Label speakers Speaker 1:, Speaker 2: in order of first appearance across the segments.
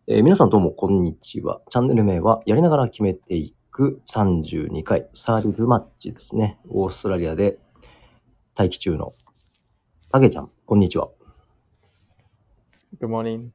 Speaker 1: 皆さんどうもこんにちは。チャンネル名はやりながら決めていく32回サーリルマッチですね。オーストラリアで待機中のたけちゃん、こんにちは。
Speaker 2: Good morning.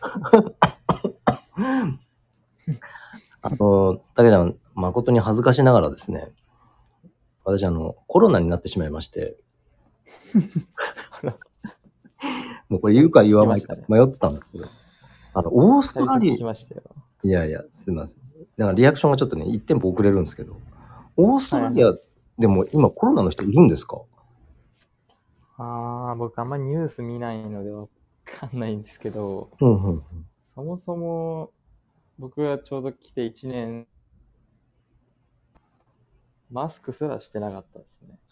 Speaker 1: たけちゃん、誠に恥ずかしながらですね、私コロナになってしまいまして、もうこれ言うか言わないか迷ってたんですけど、オーストラリア、
Speaker 2: 聞きましたよ。
Speaker 1: いやいや、すいません。だからリアクションがちょっとね、1テンポ遅れるんですけど、オーストラリアでも今コロナの人いるんですか？
Speaker 2: 僕あんまりニュース見ないのでわかんないんですけど、そもそも僕がちょうど来て1年、マスクすらしてなかったですね。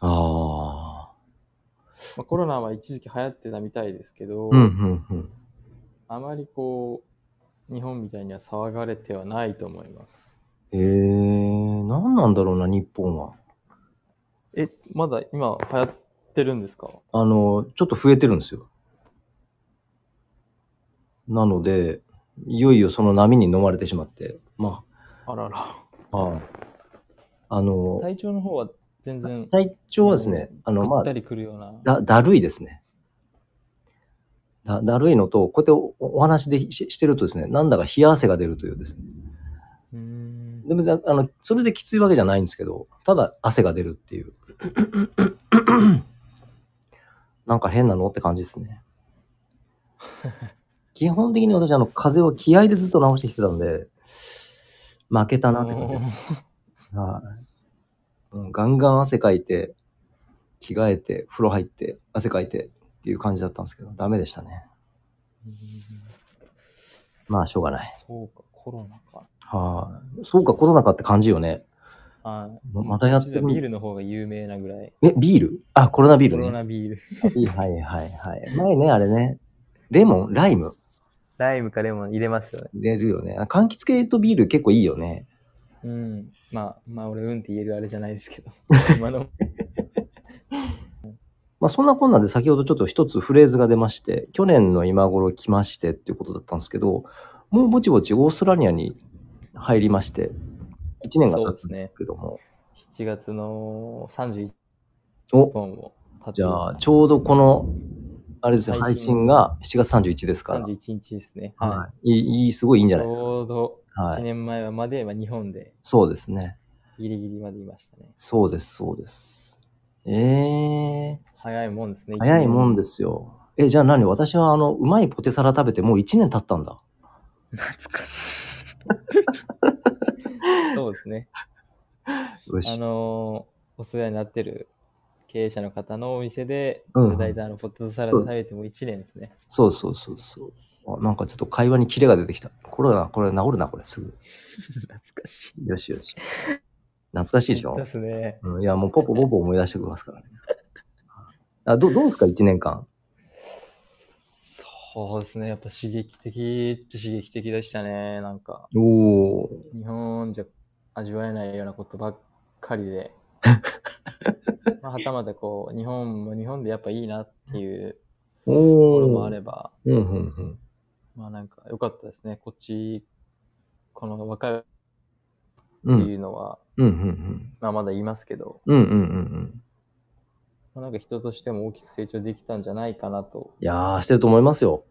Speaker 2: コロナは一時期流行ってたみたいですけど、あまりこう、日本みたいには騒がれてはないと思います。
Speaker 1: 何なんだろうな、日本は。
Speaker 2: まだ今流行ってるんですか？
Speaker 1: ちょっと増えてるんですよ。なので、いよいよその波に飲まれてしまって、
Speaker 2: あらら。体調の方は全然。
Speaker 1: 体調はですね、
Speaker 2: ぐったりくるような。
Speaker 1: だるいですね。だるいのと、こうやってお話でしてるとですね、なんだか冷や汗が出るというですね。でも、それできついわけじゃないんですけど、ただ汗が出るっていう。なんか変なのって感じですね。基本的に私、風邪は気合でずっと治してきてたんで、負けたなって感じです。ガンガン汗かいて、着替えて、風呂入って、汗かいてっていう感じだったんですけど、ダメでしたね。まあ、しょうがない。
Speaker 2: そうか、コロナか。
Speaker 1: そうか、コロナかって感じよね。
Speaker 2: またやってる。ビールの方が有名なぐらい。
Speaker 1: ビール？コロナビールね。
Speaker 2: コロナビール。
Speaker 1: はい。前ね、あれね。レモン？ライム
Speaker 2: かレモン入れますよね。
Speaker 1: 入れるよね。柑橘系とビール結構いいよね。
Speaker 2: まあ俺って言えるあれじゃないですけど。今の。
Speaker 1: そんなこんなで先ほどちょっと一つフレーズが出まして、去年の今頃来ましてっていうことだったんですけど、もうぼちぼちオーストラリアに入りまして、1年が経つんですけども。
Speaker 2: 7月の31本を経って。
Speaker 1: じゃあ、ちょうどこの、あれですよ、配信が7月31ですから。
Speaker 2: 31日ですね。
Speaker 1: はい。すごいいいんじゃないですか。
Speaker 2: ちょうど1年前までは日本で。
Speaker 1: そうですね。
Speaker 2: ギリギリまでいましたね。
Speaker 1: そうです。
Speaker 2: 早いもんですね。
Speaker 1: 早いもんですよ。じゃあ何？私はうまいポテサラ食べてもう1年経ったんだ。
Speaker 2: 懐かしい。そうですね。お世話になってる経営者の方のお店でいただいたポテトサラダ食べても1年ですね。
Speaker 1: そう。なんかちょっと会話にキレが出てきた。これ治るな、これすぐ。
Speaker 2: 懐かしい。
Speaker 1: よし。懐かしいでしょ？
Speaker 2: ですね。
Speaker 1: いや、もうポポ思い出してきますからね。どうですか、1年間。
Speaker 2: そうですね。やっぱ刺激的でしたね。なんか。日本じゃ味わえないようなことばっかりで。はたまたこう、日本も日本でやっぱいいなっていうところもあれば。なんか良かったですね。この若いっていうのは、まだ言いますけど。なんか人としても大きく成長できたんじゃないかなと。
Speaker 1: いやー、してると思いますよ。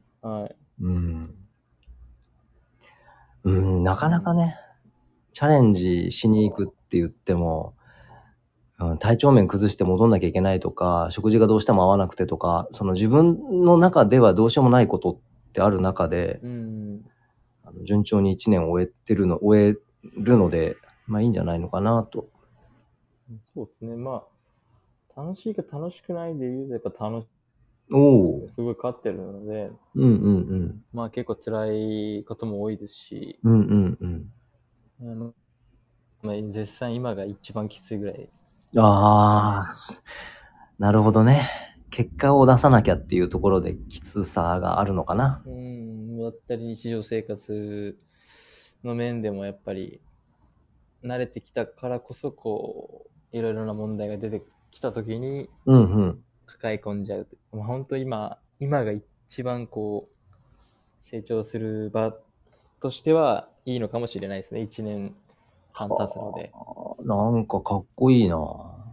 Speaker 1: なかなかね、チャレンジしに行くって言っても、体調面崩して戻んなきゃいけないとか、食事がどうしても合わなくてとか、その自分の中ではどうしようもないことってある中で、順調に1年終えるので、いいんじゃないのかなと。
Speaker 2: そうですね。楽しいか楽しくないで言うとやっぱ楽しい。すごい勝ってるので、結構辛いことも多いですし、絶賛今が一番きついぐらい。
Speaker 1: なるほどね。結果を出さなきゃっていうところできつさがあるのかな。
Speaker 2: だったり日常生活の面でもやっぱり慣れてきたからこそこういろいろな問題が出てきた時に抱え込んじゃう。本当今が一番こう成長する場としてはいいのかもしれないですね。1年半経つので。
Speaker 1: なんかかっこいいな。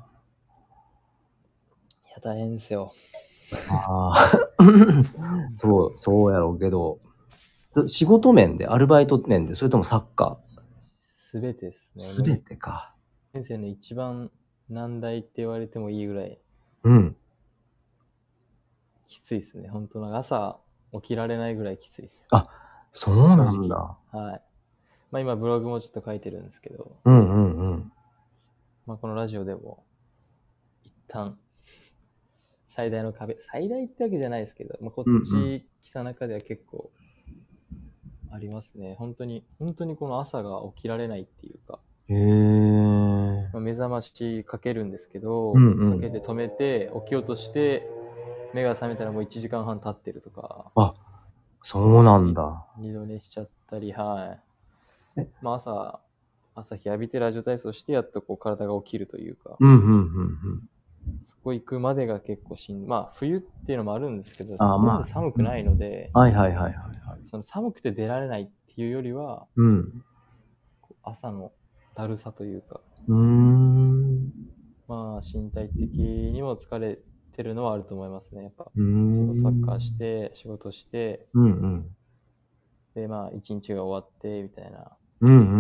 Speaker 2: いや、大変ですよ。
Speaker 1: ああ。そうやろうけど、仕事面で、アルバイト面で、それともサッカ
Speaker 2: すべてです
Speaker 1: ー、
Speaker 2: ね。
Speaker 1: すべてか。
Speaker 2: 人生の一番難題って言われてもいいぐらい
Speaker 1: うん。
Speaker 2: きついですね。本当なんか朝起きられないぐらいきついです。
Speaker 1: あ、そうなんだ。
Speaker 2: はい。まあ今ブログもちょっと書いてるんですけど、
Speaker 1: うんうんうん。
Speaker 2: まあこのラジオでも一旦最大の壁、最大ってわけじゃないですけど、まあこっち来た中では結構ありますね。本当にこの朝が起きられないっていうか、
Speaker 1: へえ。
Speaker 2: まあ、目覚ましかけるんですけど、
Speaker 1: うんうん
Speaker 2: かけて止めて起きようとして目が覚めたらもう1時間半経ってるとか、
Speaker 1: あ、そうなんだ。
Speaker 2: 二度寝しちゃったり、は
Speaker 1: え
Speaker 2: い。まあ朝日浴びてラジオ体操してやっとこう体が起きるというか、
Speaker 1: うんうんうんうん。
Speaker 2: そこ行くまでが結構まあ冬っていうのもあるんですけど、
Speaker 1: あ、
Speaker 2: そこまで寒くないので、
Speaker 1: はいはいはいはいはい。
Speaker 2: その寒くて出られないっていうよりは、
Speaker 1: うん。
Speaker 2: 朝のだるさというか、まあ身体的にも疲れてるのはあると思いますね。やっぱ、サッカーして、仕事して、
Speaker 1: うんうん。
Speaker 2: で、まあ一日が終わって、みたいな。
Speaker 1: うんうんうん。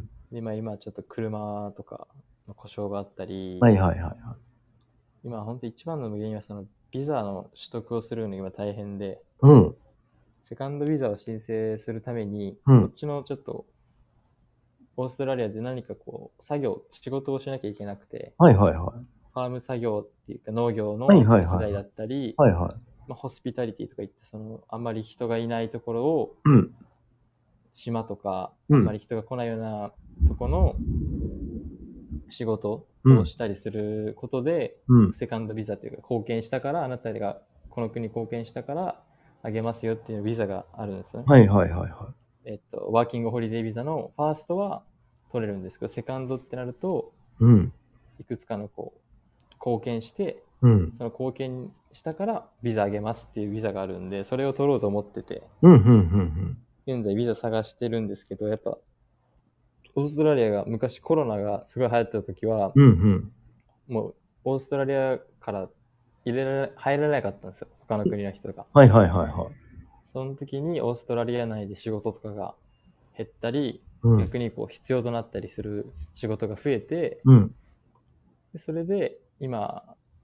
Speaker 2: で、まあ今ちょっと車とかの故障があったり、
Speaker 1: はいはいはいはい。
Speaker 2: 今本当一番の原因はそのビザの取得をするのが今大変で、
Speaker 1: うん。
Speaker 2: セカンドビザを申請するために、
Speaker 1: うん
Speaker 2: こっちのちょっとオーストラリアで何かこう仕事をしなきゃいけなくて、
Speaker 1: はいはいはい。
Speaker 2: ファーム作業っていうか農業の
Speaker 1: はいはいはい
Speaker 2: 手伝いだったり、
Speaker 1: はいはい。
Speaker 2: まあ、ホスピタリティとか言って、そのあんまり人がいないところを、
Speaker 1: うん。
Speaker 2: 島とか
Speaker 1: うん
Speaker 2: あんまり人が来ないようなとこの仕事
Speaker 1: うん
Speaker 2: をしたりすることで、
Speaker 1: うん。
Speaker 2: セカンドビザというか貢献したから、あなたがこの国に貢献したからあげますよっていうビザがあるんですね。
Speaker 1: はいはいはいは
Speaker 2: ワーキングホリデービザのファーストは取れるんですけど、セカンドってなると、
Speaker 1: い。うん。
Speaker 2: いくつかのこう貢献して、
Speaker 1: うん。
Speaker 2: その貢献したからビザあげますっていうビザがあるんで、それを取ろうと思ってて、
Speaker 1: うんうんうん
Speaker 2: 現在ビザ探してるんですけど、やっぱオーストラリアが昔コロナがすごい流行った時は、
Speaker 1: うん。うんうん。
Speaker 2: もうオーストラリアから入らなかったんですよ。他の国の人が。
Speaker 1: はいはいはいはい。
Speaker 2: その時にオーストラリア内で仕事とかが減ったり、
Speaker 1: うん。
Speaker 2: 逆にこう必要となったりする仕事が増えて、
Speaker 1: うん。
Speaker 2: でそれで今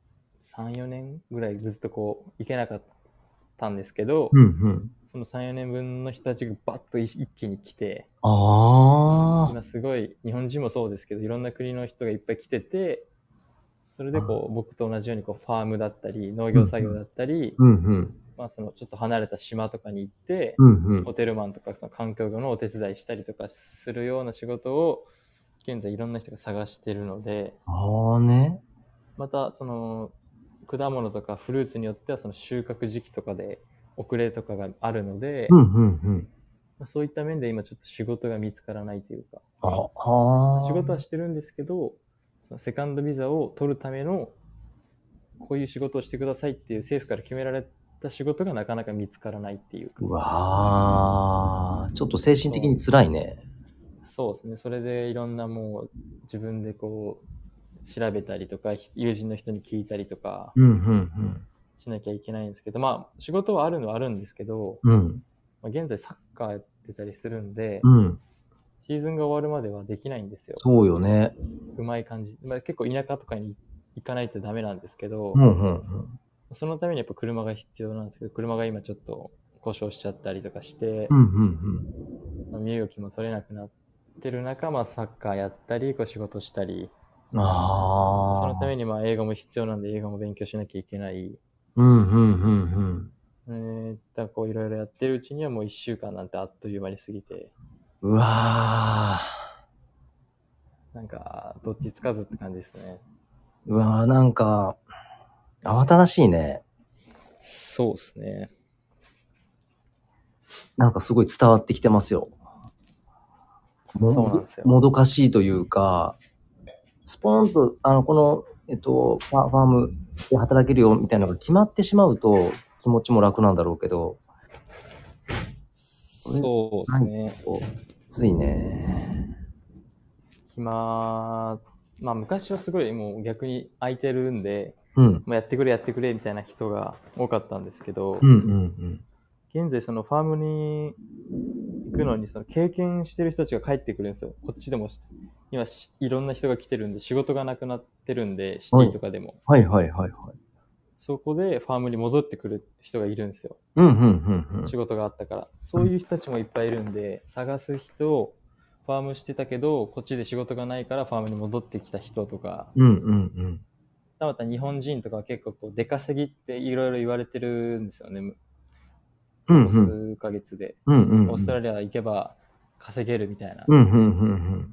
Speaker 2: 3、4年ぐらいずっとこう行けなかったんですけど、
Speaker 1: うんうん。
Speaker 2: その3、4年分の人たちがバッと一気に来て、
Speaker 1: ああ。
Speaker 2: 今すごい日本人もそうですけど、いろんな国の人がいっぱい来てて、それでこう僕と同じようにこうファームだったり農業作業だったり、
Speaker 1: うんうん。
Speaker 2: まあそのちょっと離れた島とかに行って、
Speaker 1: うんうん。
Speaker 2: ホテルマンとかその環境業のお手伝いしたりとかするような仕事を現在いろんな人が探してるので、
Speaker 1: ああね。
Speaker 2: またその果物とかフルーツによってはその収穫時期とかで遅れとかがあるので、
Speaker 1: うんうんうん。
Speaker 2: まあそういった面で今ちょっと仕事が見つからないというか、
Speaker 1: ああ。
Speaker 2: 仕事はしてるんですけど、そのセカンドビザを取るためのこういう仕事をしてくださいっていう政府から決められた仕事がなかなか見つからないっていうか。
Speaker 1: うわー、ちょっと精神的に辛いね。
Speaker 2: そうですね。それでいろんなもう自分でこう調べたりとか、友人の人に聞いたりとか
Speaker 1: うんうん
Speaker 2: しなきゃいけないんですけど、まあ仕事はあるのはあるんですけど、
Speaker 1: うん。うん。
Speaker 2: まあ、現在サッカーやってたりするんで、
Speaker 1: うん。
Speaker 2: シーズンが終わるまではできないんですよ。
Speaker 1: そうよね。
Speaker 2: うまい感じ。まあ、結構田舎とかに行かないとダメなんですけど、
Speaker 1: うんうんうん。
Speaker 2: そのためにやっぱ車が必要なんですけど、車が今ちょっと故障しちゃったりとかして、
Speaker 1: うんうん
Speaker 2: まあ、身動きも取れなくなってる中、まあサッカーやったり、こう仕事したり、
Speaker 1: うん。ああ。
Speaker 2: そのためにまあ英語も必要なんで英語も勉強しなきゃいけない。
Speaker 1: うんうんうん
Speaker 2: だからこういろいろやってるうちにはもう1週間なんてあっという間に過ぎて、
Speaker 1: うん。うわ
Speaker 2: なんかどっちつかずって感じですね。
Speaker 1: ー。うわー、なんか、慌ただしいね。
Speaker 2: そうですね。
Speaker 1: なんかすごい伝わってきてますよ。
Speaker 2: そうなんですよ。
Speaker 1: もどかしいというか、スポーンと、この、ファームで働けるよみたいなのが決まってしまうと気持ちも楽なんだろうけど、そ
Speaker 2: そうですね。
Speaker 1: きついね。
Speaker 2: まあ昔はすごいもう逆に空いてるんで、
Speaker 1: うん。
Speaker 2: もうやってくれみたいな人が多かったんですけど、
Speaker 1: うんうん
Speaker 2: 現在そのファームに行くのにその経験してる人たちが帰ってくるんですよ。こっちでも今いろんな人が来てるんで仕事がなくなってるんで、シティとかでも。
Speaker 1: はいはいはいはい。
Speaker 2: そこでファームに戻ってくる人がいるんですよ。
Speaker 1: うんうんうんうん。
Speaker 2: 仕事があったから。そういう人たちもいっぱいいるんで、探す人、ファームしてたけど、こっちで仕事がないからファームに戻ってきた人とか、
Speaker 1: うんうんうん。
Speaker 2: また日本人とかは結構こう出稼ぎっていろいろ言われてるんですよね。ここ数ヶ月で。
Speaker 1: うんうんうん。
Speaker 2: オーストラリア行けば稼げるみたいな。
Speaker 1: うんうんうんうん。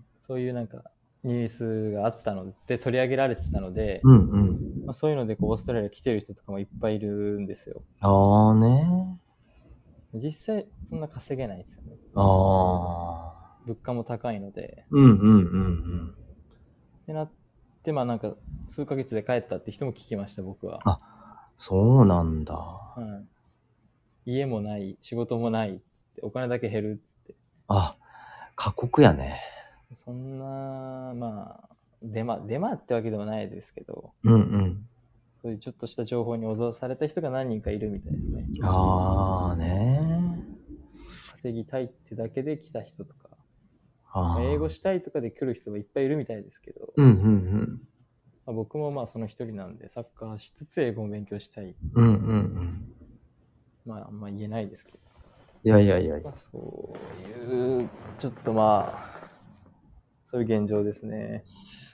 Speaker 2: そういうなんかニュースがあったので、取り上げられてたので、
Speaker 1: うんうん。
Speaker 2: まあ、そういうのでこうオーストラリア来てる人とかもいっぱいいるんですよ。
Speaker 1: ああね。
Speaker 2: 実際そんな稼げないですよね。
Speaker 1: ああ。
Speaker 2: 物価も高いので。
Speaker 1: うんうんうんうん。
Speaker 2: ってなって、まあなんか数ヶ月で帰ったって人も聞きました、僕は。
Speaker 1: あ、そうなんだ。
Speaker 2: うん。家もない、仕事もないって、お金だけ減るって。
Speaker 1: あ、過酷やね。
Speaker 2: そんな、まあ、デマってわけでもないですけど、
Speaker 1: うんうん。
Speaker 2: そういうちょっとした情報に脅された人が何人かいるみたいですね。
Speaker 1: ああね。
Speaker 2: 稼ぎたいってだけで来た人とか、
Speaker 1: あ
Speaker 2: 英語したいとかで来る人はいっぱいいるみたいですけど、
Speaker 1: うんうんうん。
Speaker 2: まあ、僕もまあその一人なんで、サッカーしつつ英語も勉強したい。
Speaker 1: うんうんうん。
Speaker 2: まああんま言えないですけど。
Speaker 1: いやいやいやいや。
Speaker 2: まあ、そういう、ちょっとまあ、そういう現状ですね。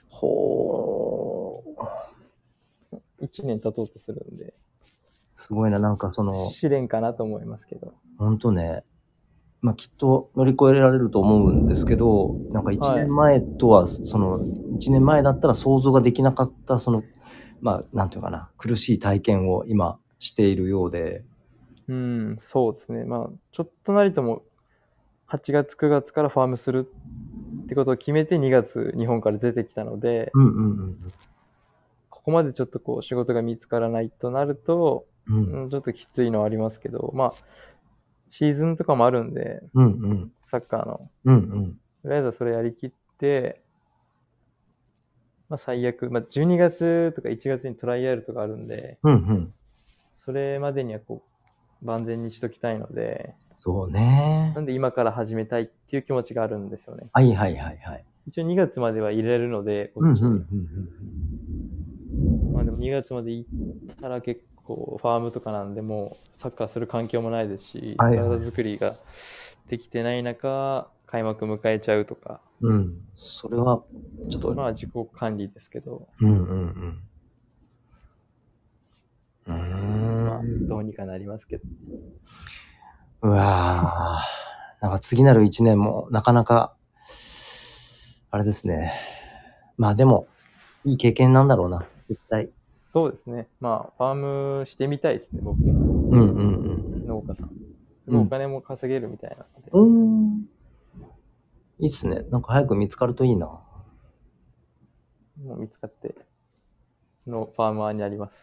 Speaker 1: ほー。
Speaker 2: 1年経とうとするんで。
Speaker 1: すごいな、なんかその、
Speaker 2: 試練かなと思いますけど。
Speaker 1: ほんとね、まあ、きっと乗り越えられると思うんですけど、なんか1年前とは、その、1年前だったら想像ができなかった、その、まあ、なんていうかな、苦しい体験を今しているようで。
Speaker 2: うん、そうですね。まあ、ちょっとなりとも、8月、9月からファームするってことを決めて2月、日本から出てきたので、
Speaker 1: うんうんうん。
Speaker 2: ここまでちょっとこう、仕事が見つからないとなると、
Speaker 1: うん
Speaker 2: ちょっときついのはありますけど、まあ、シーズンとかもあるんで、
Speaker 1: うんうん。
Speaker 2: サッカーの。
Speaker 1: うんうん。
Speaker 2: とりあえずはそれやりきって、まあ最悪、まあ12月とか1月にトライアルとかあるんで、
Speaker 1: うんうん。
Speaker 2: それまでにはこう、万全にしときたいので、
Speaker 1: そうね。
Speaker 2: なんで今から始めたいっていう気持ちがあるんですよね。
Speaker 1: はいはいはいはい。
Speaker 2: 一応2月までは入れるので、こっちに。
Speaker 1: うんうんうん
Speaker 2: まあでも2月まで行ったら結構ファームとかなんでもうサッカーする環境もないですし、
Speaker 1: はいはい
Speaker 2: 体作りができてない中、開幕迎えちゃうとか、
Speaker 1: うん。それは、ちょっと、
Speaker 2: まあ自己管理ですけど、
Speaker 1: うんうんうん。
Speaker 2: まあどうにかなりますけど。
Speaker 1: うわぁ。なんか次なる1年もなかなか、あれですね。まあでも、いい経験なんだろうな。絶対。
Speaker 2: そうですね。まあファームしてみたいですね、僕的に。
Speaker 1: うんうんうん。
Speaker 2: 農家さん。すごいお金も稼げるみたいなので。
Speaker 1: いいっすね。なんか早く見つかるといいな。
Speaker 2: もう見つかって、のファーマーになります。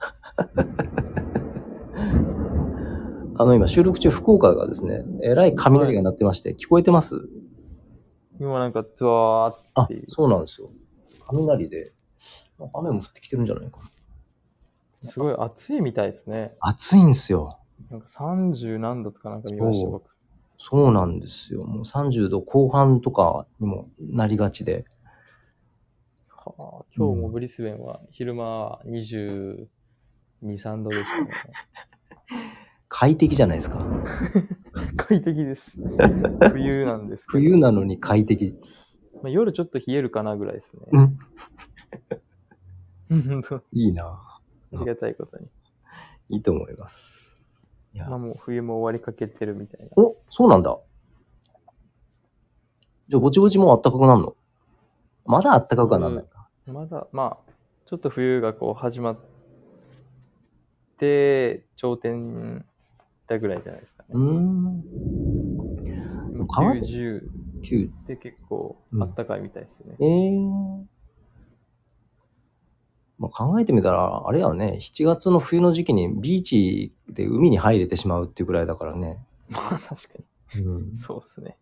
Speaker 1: 今収録中福岡がですね、えらい雷が鳴ってまして、聞こえてます？
Speaker 2: 今なんかツワーっていう。
Speaker 1: そうなんですよ。雷で、雨も降ってきてるんじゃないかな。
Speaker 2: すごい暑いみたいですね。
Speaker 1: 暑いんですよ。
Speaker 2: なんか30何度とかなんか見ました、僕。
Speaker 1: そうなんですよ。もう30度後半とかにもなりがちで。
Speaker 2: はあ、今日もブリスベンは昼間は22、3度でしたね。
Speaker 1: 快適じゃないですか。
Speaker 2: 快適です。冬なんですけど。
Speaker 1: 冬なのに快適。
Speaker 2: まあ、夜ちょっと冷えるかなぐらいですね。
Speaker 1: いいな。
Speaker 2: ありがたいことに。
Speaker 1: いいと思います。いや
Speaker 2: まあもう冬も終わりかけてるみたいな。
Speaker 1: お、そうなんだ。じゃあ、ぼちぼちもう暖かくなるの？まだ暖かくはなんないか。
Speaker 2: まだ、まあ、ちょっと冬がこう始まって、頂点だぐらいじゃないですかね。90で結構暖かいみたいですよね。
Speaker 1: まあ、考えてみたら、あれやね、7月の冬の時期にビーチで海に入れてしまうっていうくらいだからね。
Speaker 2: まあ確かに。
Speaker 1: うん、
Speaker 2: そうですね。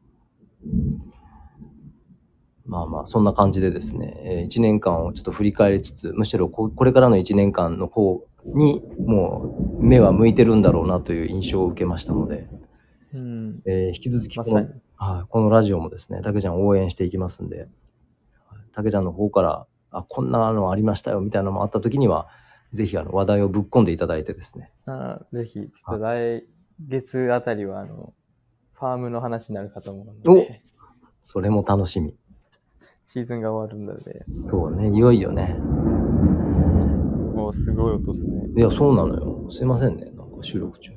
Speaker 1: まあまあ、そんな感じでですね、1年間をちょっと振り返りつつ、むしろこれからの1年間の方に、もう目は向いてるんだろうなという印象を受けましたので、
Speaker 2: うん。
Speaker 1: 引き続き
Speaker 2: まさに。
Speaker 1: このラジオもですね、たけちゃんを応援していきますんで、たけちゃんの方から、こんなのありましたよみたいなのもあった時には、ぜひ話題をぶっ込んでいただいてですね。
Speaker 2: ぜひ、ちょっと来月あたりは、ファームの話になるかと思うの
Speaker 1: お
Speaker 2: で、
Speaker 1: それも楽しみ。
Speaker 2: シーズンが終わるので、
Speaker 1: そうね、いよいよね。
Speaker 2: もうすごい音ですね。
Speaker 1: いや、そうなのよ。すいませんね、なんか収録中。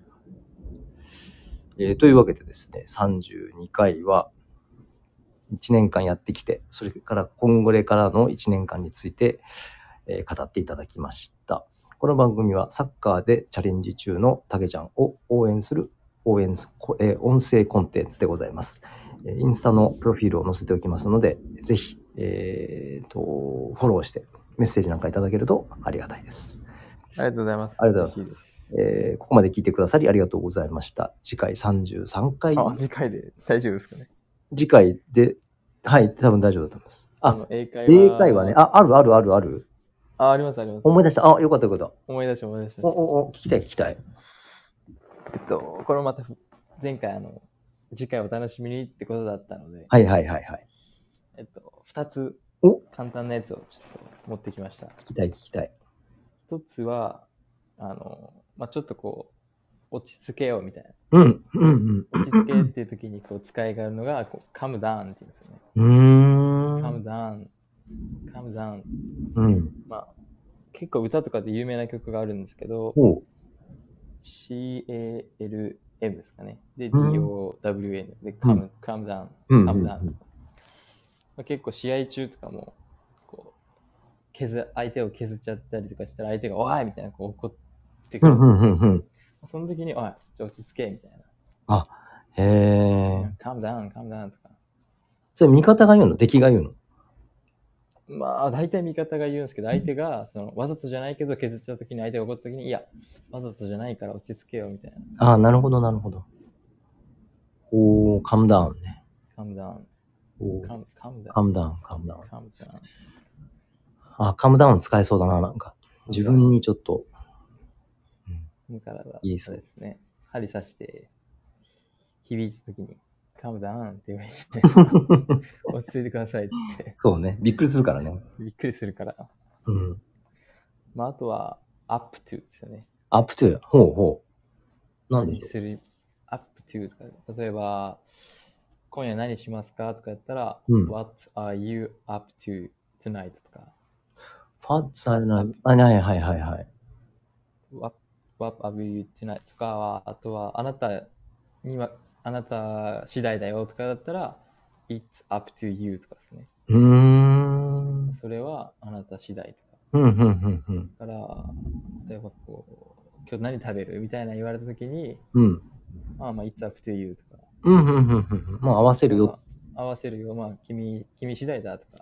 Speaker 1: というわけでですね、32回は1年間やってきて、それから今後からの1年間について、語っていただきました。この番組はサッカーでチャレンジ中のたけちゃんを応援する音声コンテンツでございます。インスタのプロフィールを載せておきますので、ぜひ、フォローしてメッセージなんかいただけるとありがたいです。
Speaker 2: ありがとうございます。
Speaker 1: ありがとうございます。ここまで聞いてくださりありがとうございました。次回33回。
Speaker 2: 次回で大丈夫ですかね。
Speaker 1: 次回で、はい、多分大丈夫だと思います。
Speaker 2: 英
Speaker 1: 会話ね。ある。
Speaker 2: あります。
Speaker 1: 思い出した。よかった。
Speaker 2: 思い出した。
Speaker 1: 聞きたい。
Speaker 2: これまた、前回次回お楽しみにってことだったので。
Speaker 1: はい。
Speaker 2: 2つ、簡単なやつをちょっと持ってきました。
Speaker 1: 聞きたい。
Speaker 2: 一つは、ちょっとこう、落ち着けようみたいな。
Speaker 1: 落
Speaker 2: ち着けっていう時にこう使いがあるのが、calm down って言うんですよね。calm down。結構歌とかで有名な曲があるんですけど、CALM ですかね。で、DOWN で calm down。結構試合中とかも、こう、相手を削っちゃったりとかしたら相手がおいみたいなこう怒ってくるんです。その時に、おい、落ち着けみたいな。calm down とか。
Speaker 1: それ味方が言うの？敵が言うの？
Speaker 2: 大体味方が言うんですけど、相手が、わざとじゃないけど削っちゃうときに相手が怒ったときに、いや、わざとじゃないから落ち着けよ、みたいな。
Speaker 1: なるほど。カムダウンね。
Speaker 2: カムダウン。
Speaker 1: カムダウン。カムダウン使えそうだな、なんか。自分にちょっと。
Speaker 2: だから、そうですね。針刺して、響いたときに、カムダウンって言われて、落ち着いてくださいって。
Speaker 1: そうね。びっくりするからね。
Speaker 2: びっくりするから。あとは、up to ですよね。
Speaker 1: up to。ほう。
Speaker 2: 何する up to とか、例えば、今夜何しますかとかやったら、What are you up to tonight? とか。
Speaker 1: はい。
Speaker 2: What are you tonight? とか、あとは、あなた次第だよとかだったら、It's up to you とかですね。それはあなた次第とか。だから、例えばこう、今日何食べるみたいな言われたときに、It's up to you とか。
Speaker 1: 合わせるよ。
Speaker 2: 君次第だとか。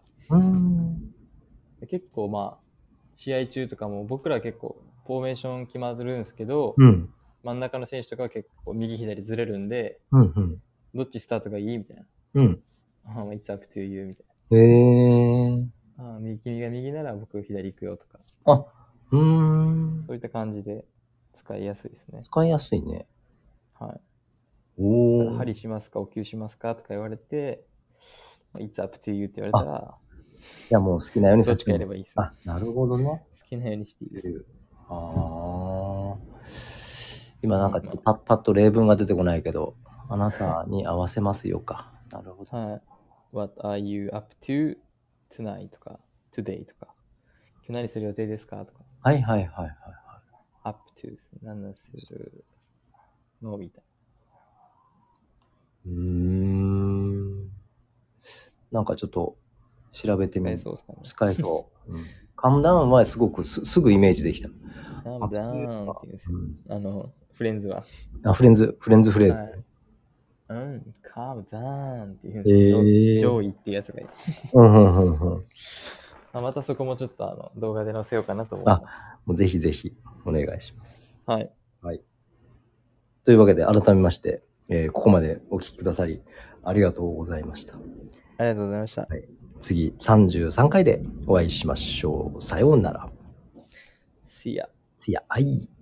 Speaker 2: 結構試合中とかも僕ら結構フォーメーション決まるんですけど、真ん中の選手とかは結構右左ずれるんで、どっちスタートがいいみたいな。It's up to you みたいな。君が右なら僕左行くよとか。そういった感じで使いやすいですね。
Speaker 1: 使いやすいね。
Speaker 2: はい。針しますか、お灸しますかとか言われて、It's up to you って言われたら、
Speaker 1: じゃあもう好きなように
Speaker 2: どっちかやればいいです、ね。
Speaker 1: なるほどね。
Speaker 2: 好きなようにしていいです。
Speaker 1: 今なんかちょっとパッと例文が出てこないけど、あなたに合わせますよか。なるほど。
Speaker 2: はい。What are you up to tonight? とか、today とか。今日何する予定ですかとか。
Speaker 1: はい。
Speaker 2: up to ですね。何するのみたいな。
Speaker 1: なんかちょっと調べてみる。
Speaker 2: 使えそうですかね。
Speaker 1: 使えそう。カムダウンはすごくすぐイメージできた。
Speaker 2: カムダウンって言うんですよ。フレンズは。
Speaker 1: フレンズフレーズ。
Speaker 2: カムダウンって言うんですよ。上位っていうやつがいい。またそこもちょっと動画で載せようかなと思います。
Speaker 1: もうぜひぜひお願いします。
Speaker 2: はい。
Speaker 1: というわけで改めまして、 ここまでお聞きくださり、ありがとうございました。
Speaker 2: ありがとうございました。
Speaker 1: はい、次、33回でお会いしましょう。さようなら。
Speaker 2: See ya.
Speaker 1: See ya. はい。